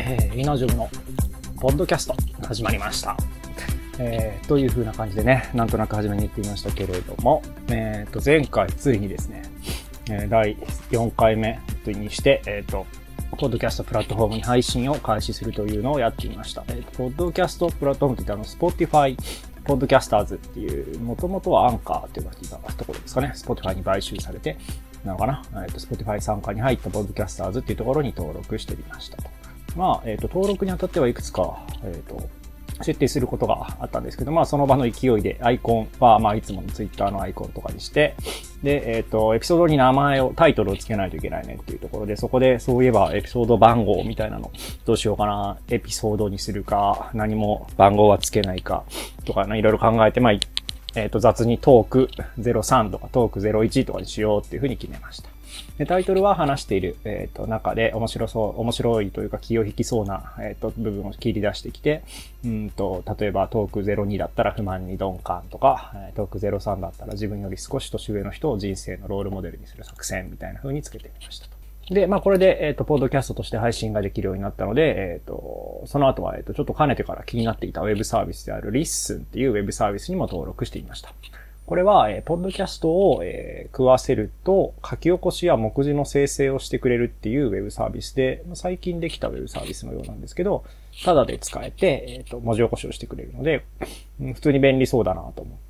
イナジョムのポッドキャスト始まりました。という風な感じでね、なんとなく始めに行ってみましたけれども、前回ついにですね、第4回目にして、ポッドキャストプラットフォームに配信を開始するというのをやってみました。ポッドキャストプラットフォームって言ってSpotifyポッドキャスターズっていう、もともとはアンカーって呼ばれていたところですかね。Spotify に買収されて、なのかな。Spotify 傘下に入ったポッドキャスターズっていうところに登録してみましたと。登録にあたってはいくつか、設定することがあったんですけど、その場の勢いでアイコンは、いつもの Twitter のアイコンとかにして、で、エピソードにタイトルをつけないといけないねっていうところで、そこで、そういえばエピソード番号みたいなの、どうしようかな、エピソードにするか、何も番号はつけないか、とか、いろいろ考えて、雑にトーク03とかトーク01とかにしようっていうふうに決めました。で、タイトルは話している、中で面白いというか気を引きそうな、部分を切り出してきて、例えばトーク02だったら不満に鈍感とか、トーク03だったら自分より少し年上の人を人生のロールモデルにする作戦みたいな風につけてみましたと。で、これで、ポッドキャストとして配信ができるようになったので、その後は、ちょっとかねてから気になっていたウェブサービスである Listen っていうウェブサービスにも登録していました。これは、ポッドキャストを、食わせると書き起こしや目次の生成をしてくれるっていうウェブサービスで、最近できたウェブサービスのようなんですけど、ただで使えて、文字起こしをしてくれるので、普通に便利そうだなと思って、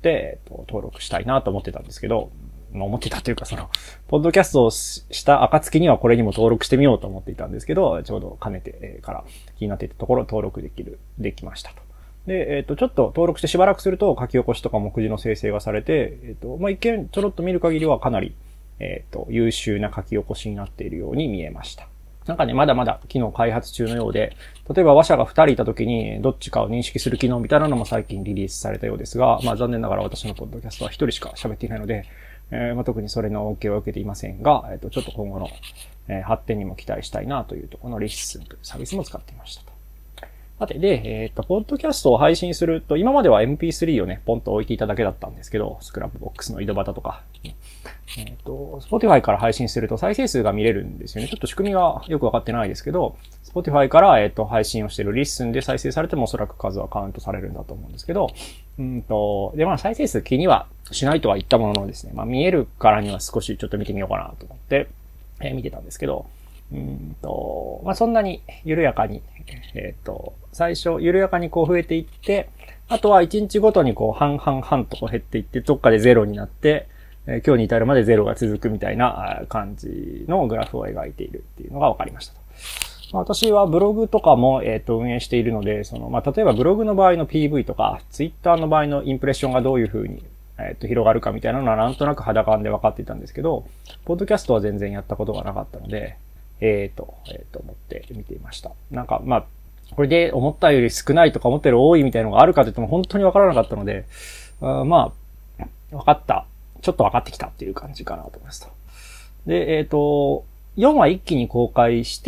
登録したいなと思ってたんですけど、思ってたというかポッドキャストをした暁にはこれにも登録してみようと思っていたんですけど、ちょうど兼ねてから気になっていたところ登録できましたと。で、ちょっと登録してしばらくすると書き起こしとか目次の生成がされて、一見ちょろっと見る限りはかなり、優秀な書き起こしになっているように見えました。なんかね、まだまだ機能開発中のようで、例えば話者が2人いた時にどっちかを認識する機能みたいなのも最近リリースされたようですが、残念ながら私のポッドキャストは1人しか喋っていないので、特にそれの OK を受けていませんが、ちょっと今後の、発展にも期待したいなというところのリッスンというサービスも使っていましたと。さて、で、ポッドキャストを配信すると、今までは MP3 をね、ポンと置いていただけだったんですけど、スクラップボックスの井戸端とか、Spotify から配信すると再生数が見れるんですよね。ちょっと仕組みがよくわかってないですけど、Spotify から、配信をしているリッスンで再生されてもおそらく数はカウントされるんだと思うんですけど、で、再生数気にはしないとは言ったもののですね、見えるからには少しちょっと見てみようかなと思って、見てたんですけど、そんなに緩やかに、最初緩やかに増えていって、あとは1日ごとに半々と減っていって、どっかでゼロになって、今日に至るまでゼロが続くみたいな感じのグラフを描いているっていうのが分かりましたと。私はブログとかも、運営しているので、例えばブログの場合の PV とか、Twitter の場合のインプレッションがどういう風に、広がるかみたいなのはなんとなく肌感で分かっていたんですけど、ポッドキャストは全然やったことがなかったので、思って見ていました。これで思ったより少ないとか思ったより多いみたいなのがあるかといっても本当に分からなかったので、分かった。ちょっと分かってきたっていう感じかなと思いますと。で、4話一気に公開して、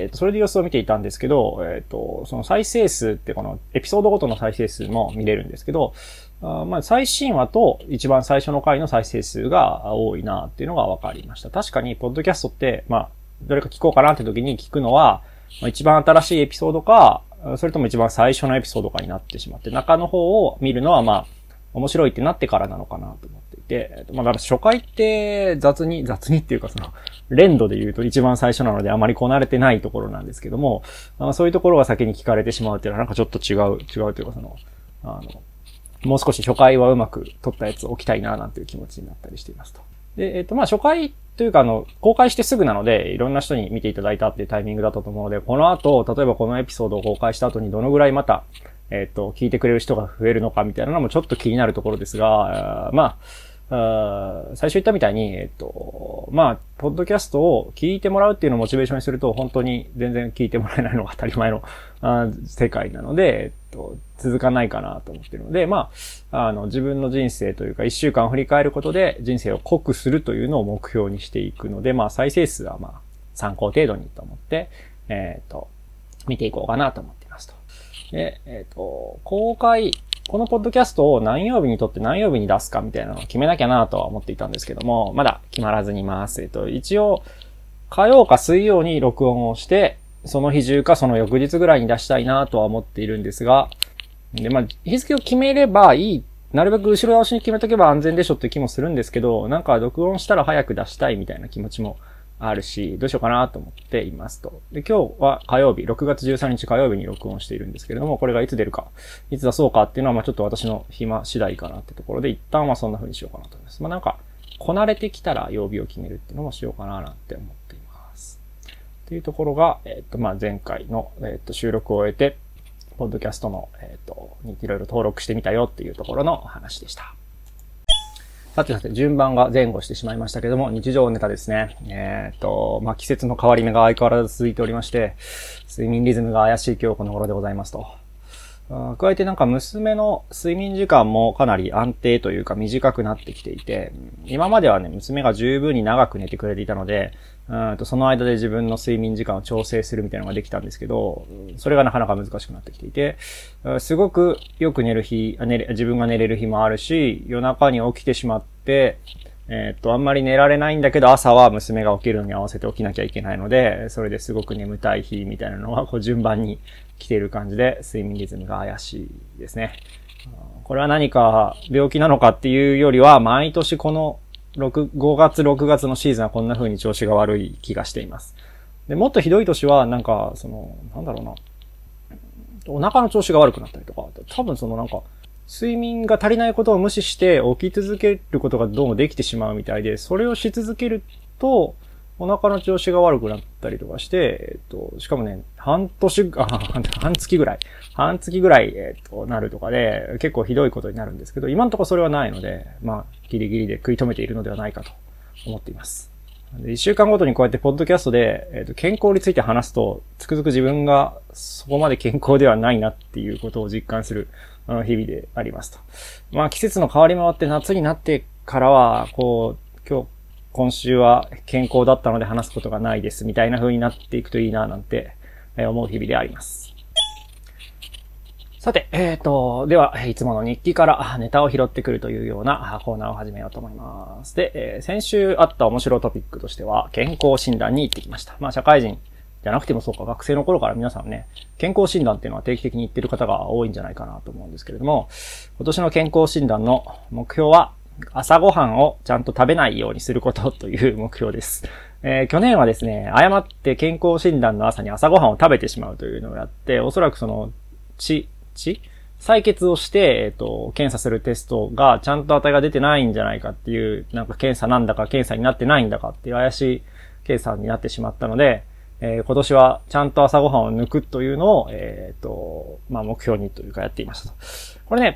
それで様子を見ていたんですけど、その再生数ってこのエピソードごとの再生数も見れるんですけど、最新話と一番最初の回の再生数が多いなっていうのが分かりました。確かに、ポッドキャストって、どれか聞こうかなって時に聞くのは、一番新しいエピソードか、それとも一番最初のエピソードかになってしまって、中の方を見るのは面白いってなってからなのかなと思っていて、初回って雑にっていうか連動で言うと一番最初なのであまりこなれてないところなんですけども、そういうところが先に聞かれてしまうっていうのはなんかちょっと違うというかもう少し初回はうまく撮ったやつを置きたいななんていう気持ちになったりしていますと。で、初回というか公開してすぐなので、いろんな人に見ていただいたっていうタイミングだったと思うので、この後、例えばこのエピソードを公開した後にどのぐらいまた、聞いてくれる人が増えるのかみたいなのもちょっと気になるところですが、最初言ったみたいに、ポッドキャストを聞いてもらうっていうのをモチベーションにすると、本当に全然聞いてもらえないのが当たり前の世界なので、続かないかなと思っているので、自分の人生というか、一週間振り返ることで人生を濃くするというのを目標にしていくので、再生数は参考程度にと思って、見ていこうかなと思っていますと。で、公開、このポッドキャストを何曜日に撮って何曜日に出すかみたいなのを決めなきゃなとは思っていたんですけども、まだ決まらずにいます。一応、火曜か水曜に録音をして、 その日中かその翌日ぐらいに出したいなとは思っているんですが、で、日付を決めればいい。なるべく後ろ倒しに決めとけば安全でしょっていう気もするんですけど、なんか録音したら早く出したいみたいな気持ちもあるし、どうしようかなと思っていますと。で、今日は火曜日、6月13日火曜日に録音しているんですけれども、これがいつ出るか、いつ出そうかっていうのは、ちょっと私の暇次第かなってところで、一旦はそんな風にしようかなと思います。なんか、こなれてきたら曜日を決めるっていうのもしようかななんて思っています。っていうところが、前回の、収録を終えて、ポッドキャストの、にいろいろ登録してみたよっていうところの話でした。さて、順番が前後してしまいましたけども、日常ネタですね。季節の変わり目が相変わらず続いておりまして、睡眠リズムが怪しい今日この頃でございますと。加えてなんか娘の睡眠時間もかなり安定というか短くなってきていて、今まではね、娘が十分に長く寝てくれていたので、その間で自分の睡眠時間を調整するみたいなのができたんですけど、それがなかなか難しくなってきていて、すごくよく寝る日、自分が寝れる日もあるし、夜中に起きてしまって、あんまり寝られないんだけど朝は娘が起きるのに合わせて起きなきゃいけないので、それですごく眠たい日みたいなのがこう順番に来ている感じで睡眠リズムが怪しいですね。これは何か病気なのかっていうよりは、毎年この5月、6月のシーズンはこんな風に調子が悪い気がしています。で、もっとひどい年はなんか、お腹の調子が悪くなったりとか、多分睡眠が足りないことを無視して起き続けることがどうもできてしまうみたいで、それをし続けると、お腹の調子が悪くなったりとかして、しかもね、半月ぐらい、なるとかで、結構ひどいことになるんですけど、今のところそれはないので、ギリギリで食い止めているのではないかと思っています。1週間ごとにこうやってポッドキャストで、健康について話すと、つくづく自分がそこまで健康ではないなっていうことを実感する日々でありますと。季節の変わり回って夏になってからは、今週は健康だったので話すことがないですみたいな風になっていくといいななんて思う日々であります。さて、では、いつもの日記からネタを拾ってくるというようなコーナーを始めようと思います。で、先週あった面白いトピックとしては、健康診断に行ってきました。社会人じゃなくてもそうか、学生の頃から皆さんね、健康診断っていうのは定期的に行ってる方が多いんじゃないかなと思うんですけれども、今年の健康診断の目標は、朝ごはんをちゃんと食べないようにすることという目標です。去年はですね、誤って健康診断の朝に朝ごはんを食べてしまうというのをやって、おそらく採血をして、検査するテストがちゃんと値が出てないんじゃないかっていう、検査なんだか検査になってないんだかっていう怪しい検査になってしまったので、今年はちゃんと朝ごはんを抜くというのを、目標にというかやっていましたと。これね、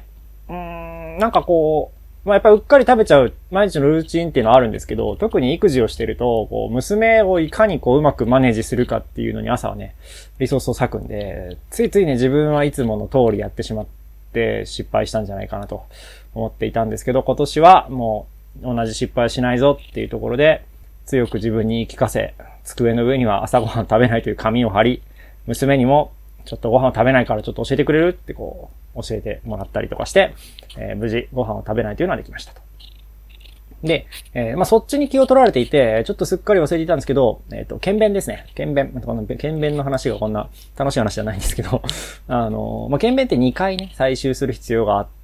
やっぱりうっかり食べちゃう毎日のルーチンっていうのはあるんですけど、特に育児をしていると、娘をいかにうまくマネージするかっていうのに朝はね、リソースを割くんで、ついついね、自分はいつもの通りやってしまって失敗したんじゃないかなと思っていたんですけど、今年はもう同じ失敗はしないぞっていうところで、強く自分に言い聞かせ、机の上には朝ごはん食べないという紙を貼り、娘にもちょっとご飯を食べないからちょっと教えてくれるって教えてもらったりとかして、無事ご飯を食べないというのはできましたと。で、そっちに気を取られていて、ちょっとすっかり忘れていたんですけど、検便ですね。検便の話がこんな楽しい話じゃないんですけど、検便って2回ね、採集する必要があって、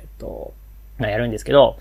やるんですけど、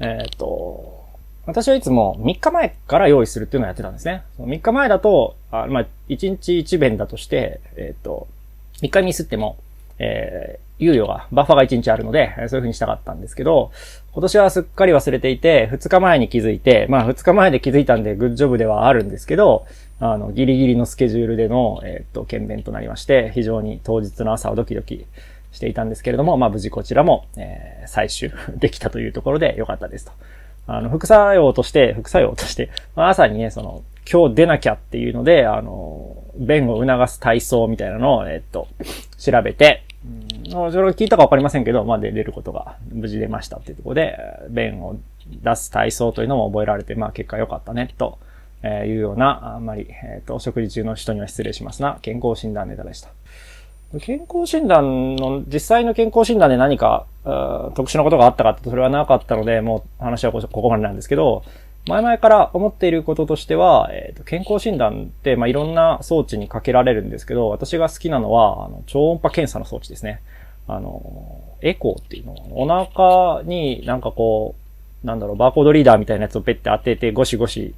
私はいつも3日前から用意するっていうのをやってたんですね。3日前だと、1日1便だとして、3日ミスっても、猶予が、バッファが1日あるので、そういう風にしたかったんですけど、今年はすっかり忘れていて、2日前に気づいて、2日前で気づいたんでグッジョブではあるんですけど、ギリギリのスケジュールでの、検便となりまして、非常に当日の朝をドキドキしていたんですけれども、無事こちらも、採集できたというところで良かったですと。副作用として、朝にね、今日出なきゃっていうので、便を促す体操みたいなのを、調べて、それを聞いたかわかりませんけど、出ることが無事出ましたっていうところで、便を出す体操というのも覚えられて、結果良かったね、というような、あんまり、お食事中の人には失礼しますが、健康診断ネタでした。健康診断の、実際の健康診断で何か、特殊なことがあったかってそれはなかったので、もう話はここまでなんですけど、 前々から思っていることとしては、健康診断って、いろんな装置にかけられるんですけど、私が好きなのは、超音波検査の装置ですね。エコーっていうのお腹にバーコードリーダーみたいなやつをペッて当てて、ゴシゴシ、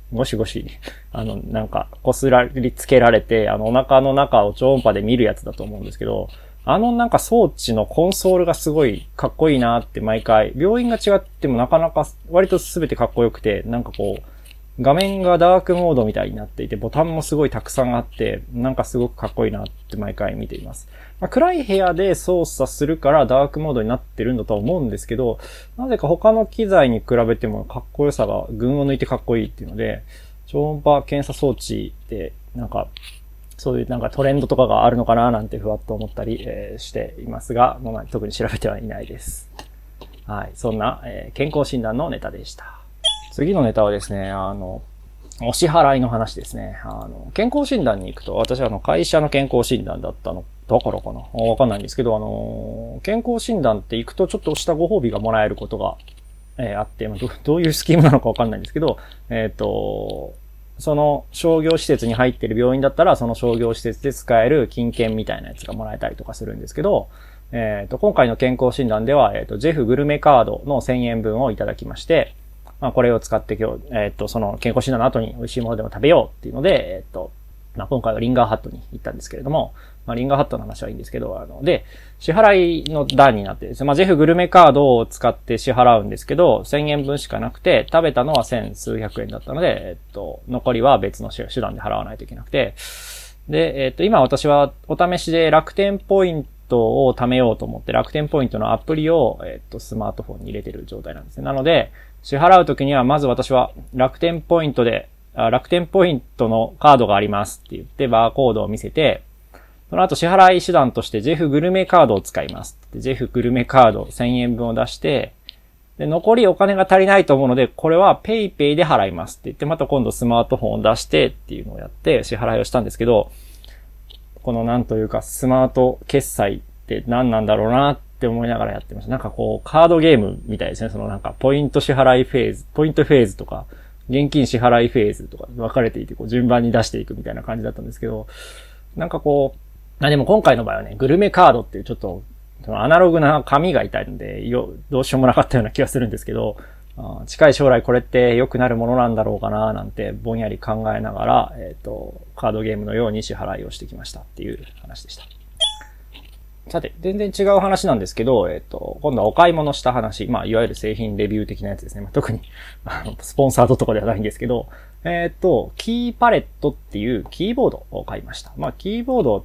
こすらりつけられて、お腹の中を超音波で見るやつだと思うんですけど、装置のコンソールがすごいかっこいいなって毎回、病院が違ってもなかなか割と全てかっこよくて、画面がダークモードみたいになっていて、ボタンもすごいたくさんあって、すごくかっこいいなって毎回見ています。暗い部屋で操作するからダークモードになってるんだと思うんですけど、なぜか他の機材に比べてもかっこよさが群を抜いてかっこいいっていうので、超音波検査装置で、そういうトレンドとかがあるのかななんてふわっと思ったり、していますが、特に調べてはいないです。はい。そんな、健康診断のネタでした。次のネタはですね、お支払いの話ですね。健康診断に行くと、私は会社の健康診断だったの、だからかなわかんないんですけど、健康診断って行くとちょっとしたご褒美がもらえることが、あって、どういうスキームなのかわかんないんですけど、その商業施設に入っている病院だったら、その商業施設で使える金券みたいなやつがもらえたりとかするんですけど、今回の健康診断では、ジェフグルメカードの1000円分をいただきまして、これを使って今日、その健康診断の後に美味しいものでも食べようっていうので、今回はリンガーハットに行ったんですけれども、リンガーハットの話はいいんですけど、で、支払いの段になってですね、ジェフグルメカードを使って支払うんですけど、1000円分しかなくて、食べたのは1000数百円だったので、残りは別の手段で払わないといけなくて、で、今私はお試しで楽天ポイントを貯めようと思って楽天ポイントのアプリを、スマートフォンに入れてる状態なんですね。なので、支払うときにはまず私は楽天ポイントのカードがありますって言ってバーコードを見せて、その後支払い手段としてジェフグルメカードを使いますってジェフグルメカード1000円分を出して、で、残りお金が足りないと思うので、これはペイペイで払いますって言って、また今度スマートフォンを出してっていうのをやって支払いをしたんですけど、このスマート決済って何なんだろうなって思いながらやってました。カードゲームみたいですね。ポイント支払いフェーズ、ポイントフェーズとか、現金支払いフェーズとか分かれていて、順番に出していくみたいな感じだったんですけど、でも今回の場合はね、グルメカードっていうちょっと、アナログな紙が痛いので、どうしようもなかったような気がするんですけど、近い将来これって良くなるものなんだろうかななんてぼんやり考えながら、カードゲームのように支払いをしてきましたっていう話でした。さて、全然違う話なんですけど、今度はお買い物した話、いわゆる製品レビュー的なやつですね。特に、スポンサードとかではないんですけど、キーパレットっていうキーボードを買いました。キーボードって、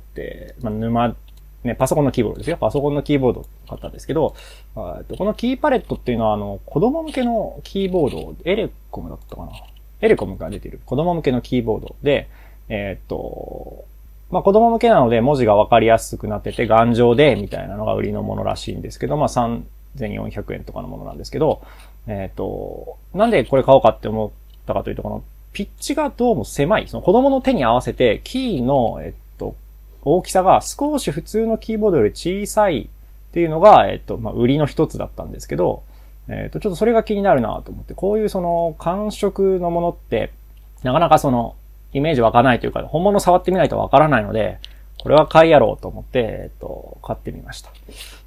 パソコンのキーボードですよ。パソコンのキーボードを買ったんですけど、このキーパレットっていうのは、子供向けのキーボード、エレコムだったかな。エレコムが出てる子供向けのキーボードで、子供向けなので文字がわかりやすくなってて頑丈でみたいなのが売りのものらしいんですけど、3400円とかのものなんですけど、なんでこれ買おうかって思ったかというと、このピッチがどうも狭い。その子供の手に合わせてキーの、大きさが少し普通のキーボードより小さいっていうのが、売りの一つだったんですけど、ちょっとそれが気になるなと思って、こういう感触のものって、なかなかイメージ湧かないというか、本物触ってみないとわからないので、これは買いやろうと思って、買ってみました。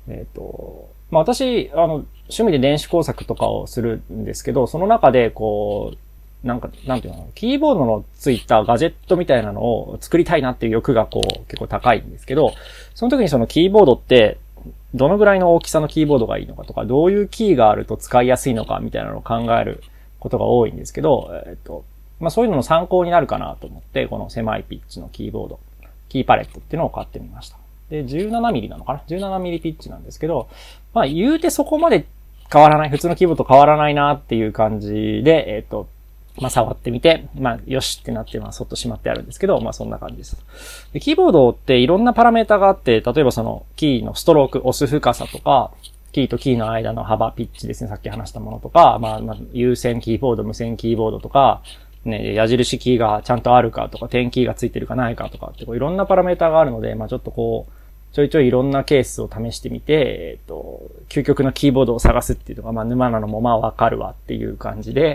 私、趣味で電子工作とかをするんですけど、その中で、なんていうの、キーボードのついたガジェットみたいなのを作りたいなっていう欲が結構高いんですけど、その時にキーボードって、どのぐらいの大きさのキーボードがいいのかとか、どういうキーがあると使いやすいのかみたいなのを考えることが多いんですけど、そういうのの参考になるかなと思って、この狭いピッチのキーボード、キーパレットっていうのを買ってみました。で、17mm なのかな ?17mm ピッチなんですけど、言うてそこまで変わらない、普通のキーボードと変わらないなっていう感じで、触ってみて、よしってなって、そっとしまってあるんですけど、そんな感じです。で、キーボードっていろんなパラメータがあって、例えばキーのストローク、押す深さとか、キーとキーの間の幅、ピッチですね、さっき話したものとか、有線キーボード、無線キーボードとか、ね、矢印キーがちゃんとあるかとか、点キーがついてるかないかとかって、いろんなパラメータがあるので、ちょっとちょいちょいいろんなケースを試してみて、究極のキーボードを探すっていうのが、沼なのもわかるわっていう感じで、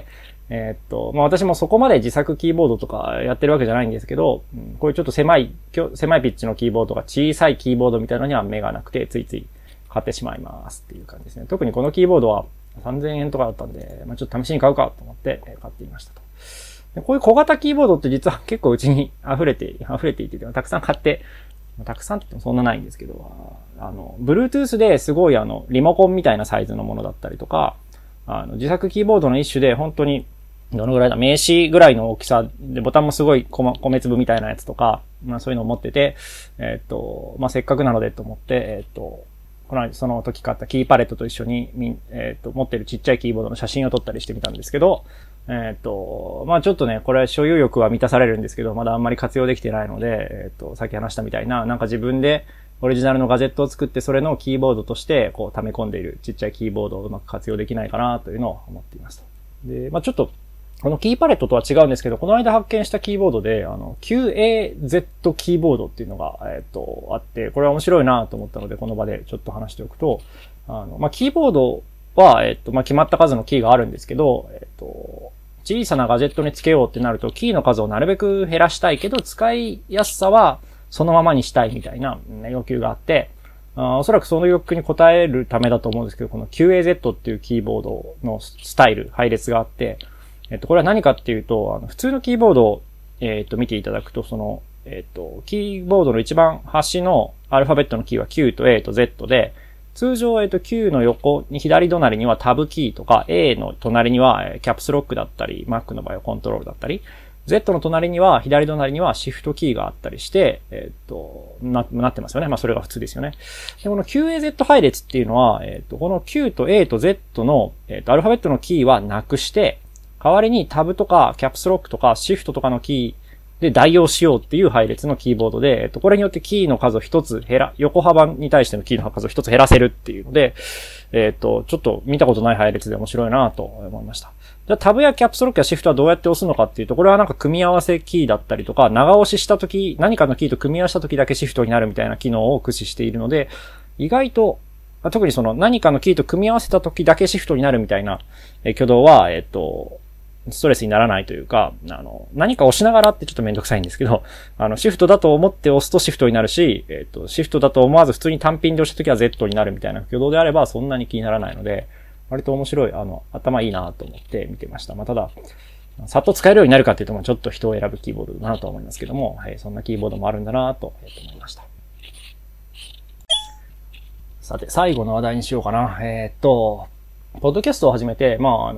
私もそこまで自作キーボードとかやってるわけじゃないんですけど、こういうちょっと狭いピッチのキーボードが小さいキーボードみたいなのには目がなくて、ついつい買ってしまいますっていう感じですね。特にこのキーボードは3000円とかだったんで、ちょっと試しに買うかと思って買ってみましたと。でこういう小型キーボードって実は結構うちに溢れていて、たくさん買って、たくさんって言ってもそんなないんですけど、Bluetooth ですごいリモコンみたいなサイズのものだったりとか、自作キーボードの一種で本当に、どのぐらいだ、名刺ぐらいの大きさで、ボタンもすごい米粒みたいなやつとか、そういうのを持ってて、せっかくなのでと思って、その時買ったキーパレットと一緒に、持ってるちっちゃいキーボードの写真を撮ったりしてみたんですけど、ちょっとね、これ所有欲は満たされるんですけど、まだあんまり活用できてないので、さっき話したみたいな、なんか自分でオリジナルのガジェットを作って、それのキーボードとして、溜め込んでいるちっちゃいキーボードをうまく活用できないかなというのを思っています。で、ちょっと、このキーパレットとは違うんですけど、この間発見したキーボードで、QAZ キーボードっていうのが、あって、これは面白いなと思ったので、この場でちょっと話しておくと、キーボードは、決まった数のキーがあるんですけど、小さなガジェットにつけようってなると、キーの数をなるべく減らしたいけど、使いやすさはそのままにしたいみたいな要求があって、おそらくその欲求に応えるためだと思うんですけど、この QAZ っていうキーボードのスタイル、配列があって、これは何かっていうと、普通のキーボードを、見ていただくと、キーボードの一番端のアルファベットのキーは Q と A と Z で、通常、Q の横に左隣にはタブキーとか、A の隣にはキャプスロックだったり、Mac の場合はコントロールだったり、Z の左隣にはシフトキーがあったりして、なってますよね。それが普通ですよね。で、この QAZ 配列っていうのは、この Q と A と Z の、アルファベットのキーはなくして、代わりにタブとかキャプスロックとかシフトとかのキーで代用しようっていう配列のキーボードで、これによってキーの数を一つ横幅に対してのキーの数を一つ減らせるっていうので、ちょっと見たことない配列で面白いなと思いました。じゃあタブやキャプスロックやシフトはどうやって押すのかっていうと、これはなんか組み合わせキーだったりとか、長押ししたとき、何かのキーと組み合わせたときだけシフトになるみたいな機能を駆使しているので、意外と、特にその何かのキーと組み合わせたときだけシフトになるみたいな挙動は、ストレスにならないというか、何か押しながらってちょっとめんどくさいんですけど、シフトだと思って押すとシフトになるし、シフトだと思わず普通に単品で押したときは Z になるみたいな挙動であればそんなに気にならないので、割と面白い、頭いいなと思って見てました。ただ、さっと使えるようになるかっていうと、ちょっと人を選ぶキーボードだなと思いますけども、そんなキーボードもあるんだなと思いました。さて、最後の話題にしようかな。ポッドキャストを始めて、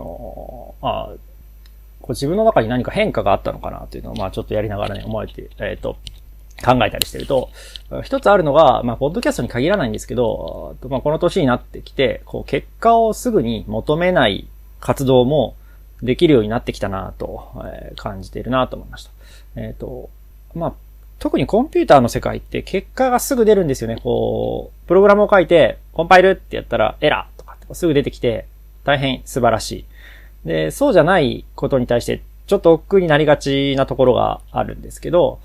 自分の中に何か変化があったのかなっていうのを、ちょっとやりながらね、考えたりしてると、一つあるのが、ポッドキャストに限らないんですけど、この年になってきて、結果をすぐに求めない活動もできるようになってきたなと、感じているなと思いました。特にコンピューターの世界って結果がすぐ出るんですよね。プログラムを書いて、コンパイルってやったらエラーとかってすぐ出てきて、大変素晴らしい。で、そうじゃないことに対して、ちょっと億劫になりがちなところがあるんですけど、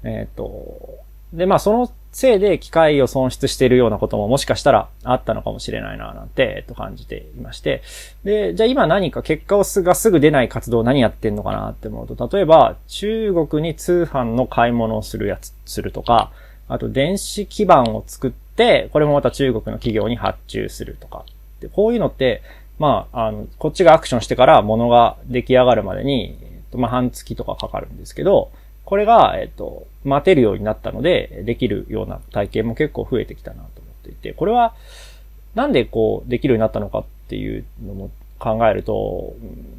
そのせいで機械を損失しているようなことももしかしたらあったのかもしれないな、なんて、感じていまして。で、じゃあ今何か結果がすぐ出ない活動を何やってんのかなって思うと、例えば、中国に通販の買い物をするとか、あと電子基板を作って、これもまた中国の企業に発注するとか。で、こういうのって、こっちがアクションしてから物が出来上がるまでに、半月とかかかるんですけど、これが、待てるようになったので、できるような体験も結構増えてきたなと思っていて、これは、なんでできるようになったのかっていうのも考えると、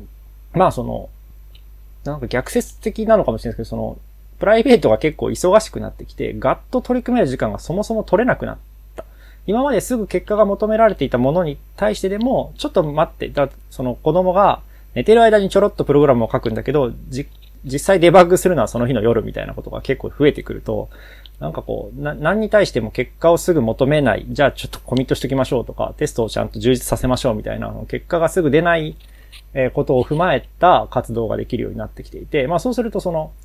なんか逆説的なのかもしれないですけど、プライベートが結構忙しくなってきて、ガッと取り組める時間がそもそも取れなくなった。今まですぐ結果が求められていたものに対してでも、ちょっと待って、子供が寝てる間にちょろっとプログラムを書くんだけど、実際デバッグするのはその日の夜みたいなことが結構増えてくると、なんか何に対しても結果をすぐ求めない、じゃあちょっとコミットしときましょうとか、テストをちゃんと充実させましょうみたいな、結果がすぐ出ないことを踏まえた活動ができるようになってきていて、そうすると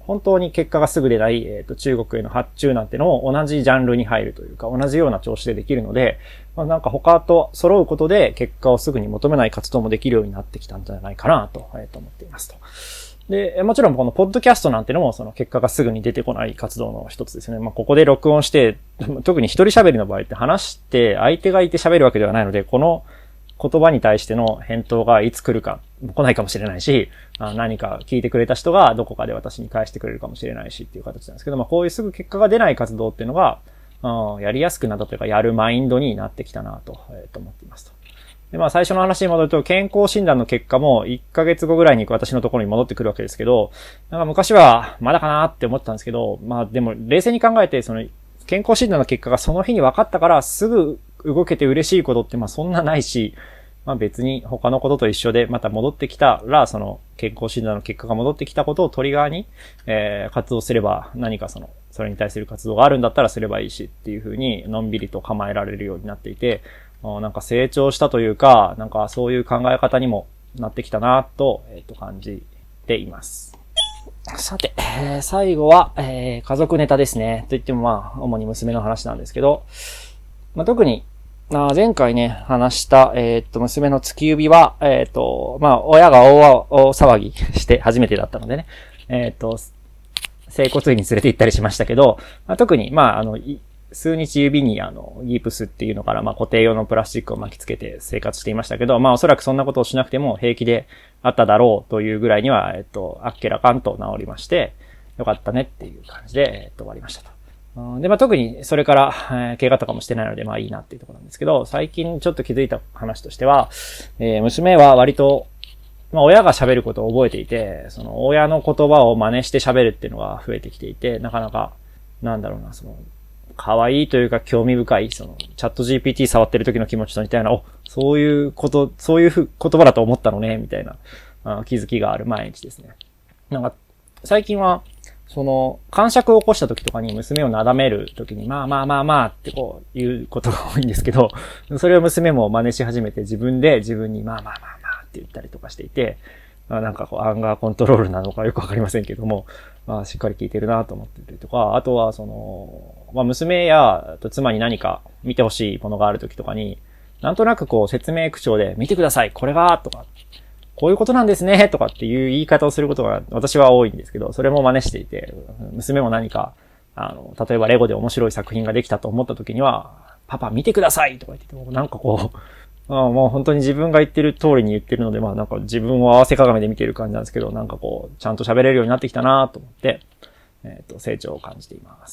本当に結果がすぐ出ない、中国への発注なんてのも同じジャンルに入るというか、同じような調子でできるので、なんか他と揃うことで結果をすぐに求めない活動もできるようになってきたんじゃないかなと、思っていますと。で、もちろんこのポッドキャストなんてのもその結果がすぐに出てこない活動の一つですね。ここで録音して、特に一人喋りの場合って話して相手がいて喋るわけではないので、この言葉に対しての返答がいつ来るか、来ないかもしれないし、何か聞いてくれた人がどこかで私に返してくれるかもしれないしっていう形なんですけど、こういうすぐ結果が出ない活動っていうのが、やりやすくなったというか、やるマインドになってきたなと、思っていますと。で、最初の話に戻ると、健康診断の結果も1ヶ月後ぐらいに私のところに戻ってくるわけですけど、昔はまだかなって思ったんですけど、でも冷静に考えて、その健康診断の結果がその日に分かったからすぐ動けて嬉しいことってそんなないし、別に他のことと一緒でまた戻ってきたら、その健康診断の結果が戻ってきたことをトリガーに、活動すれば何かそれに対する活動があるんだったらすればいいしっていう風にのんびりと構えられるようになっていて、なんか成長したというか、なんかそういう考え方にもなってきたなと、感じています。さて、最後は、家族ネタですね。といっても主に娘の話なんですけど、特に、前回ね、話した、娘の月指は、親が大騒ぎして初めてだったのでね、整骨院に連れて行ったりしましたけど、特に、数日指にギプスっていうのから固定用のプラスチックを巻きつけて生活していましたけど、おそらくそんなことをしなくても平気であっただろうというぐらいには、あっけらかんと治りまして、よかったねっていう感じで、終わりましたと。で、特にそれから、怪我とかもしてないので、いいなっていうところなんですけど、最近ちょっと気づいた話としては、娘は割と、親が喋ることを覚えていて、その親の言葉を真似して喋るっていうのが増えてきていて、なかなか、可愛いというか興味深い、チャット GPT 触ってる時の気持ちと似たような、そういう言葉だと思ったのね、みたいな、気づきがある毎日ですね。最近は、感触を起こした時とかに娘をなだめる時に、ってこう言うことが多いんですけど、それを娘も真似し始めて自分で自分にって言ったりとかしていて、アンガーコントロールなのかよくわかりませんけども、しっかり聞いてるなと思ってたりとか、あとは娘や妻に何か見てほしいものがある時とかに、なんとなく説明口調で見てください、これがとか、こういうことなんですねとかっていう言い方をすることが私は多いんですけど、それも真似していて、娘も何か、例えばレゴで面白い作品ができたと思った時には、パパ見てくださいとか言ってても、もう本当に自分が言ってる通りに言ってるので、自分を合わせ鏡で見てる感じなんですけど、ちゃんと喋れるようになってきたなと思って、成長を感じています。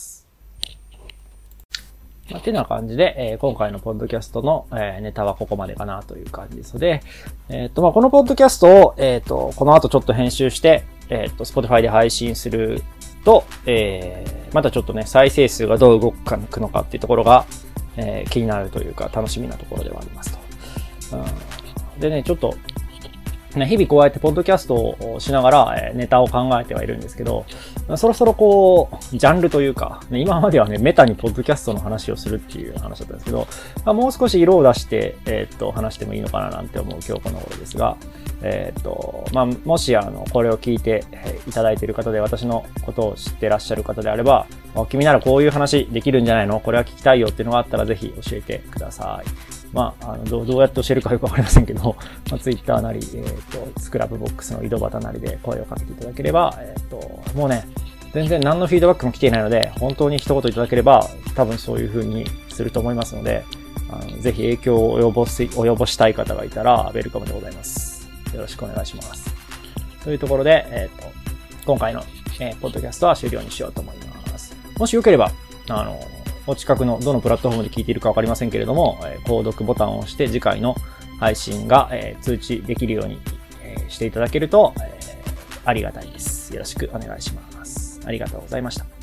ってな感じで、今回のポッドキャストの、ネタはここまでかなという感じですので、このポッドキャストを、この後ちょっと編集して、Spotify で配信すると、またちょっとね、再生数がどう動くのかっていうところが、気になるというか楽しみなところではありますと。でね、ちょっと、日々こうやってポッドキャストをしながらネタを考えてはいるんですけど、そろそろジャンルというか、今まではね、メタにポッドキャストの話をするっていう話だったんですけど、もう少し色を出して、話してもいいのかななんて思う今日この頃ですが、もしこれを聞いていただいている方で私のことを知ってらっしゃる方であれば、君ならこういう話できるんじゃないの？これは聞きたいよっていうのがあったらぜひ教えてください。どうやって教えるかよくわかりませんけど、Twitter なり、スクラブボックスの井戸端なりで声をかけていただければ、もうね、全然何のフィードバックも来ていないので、本当に一言いただければ、多分そういう風にすると思いますので、ぜひ影響を及ぼしたい方がいたら、ウェルカムでございます。よろしくお願いします。というところで、今回の、ポッドキャストは終了にしようと思います。もしよければ、お近くのどのプラットフォームで聞いているかわかりませんけれども、購読ボタンを押して次回の配信が、通知できるように、していただけると、ありがたいです。よろしくお願いします。ありがとうございました。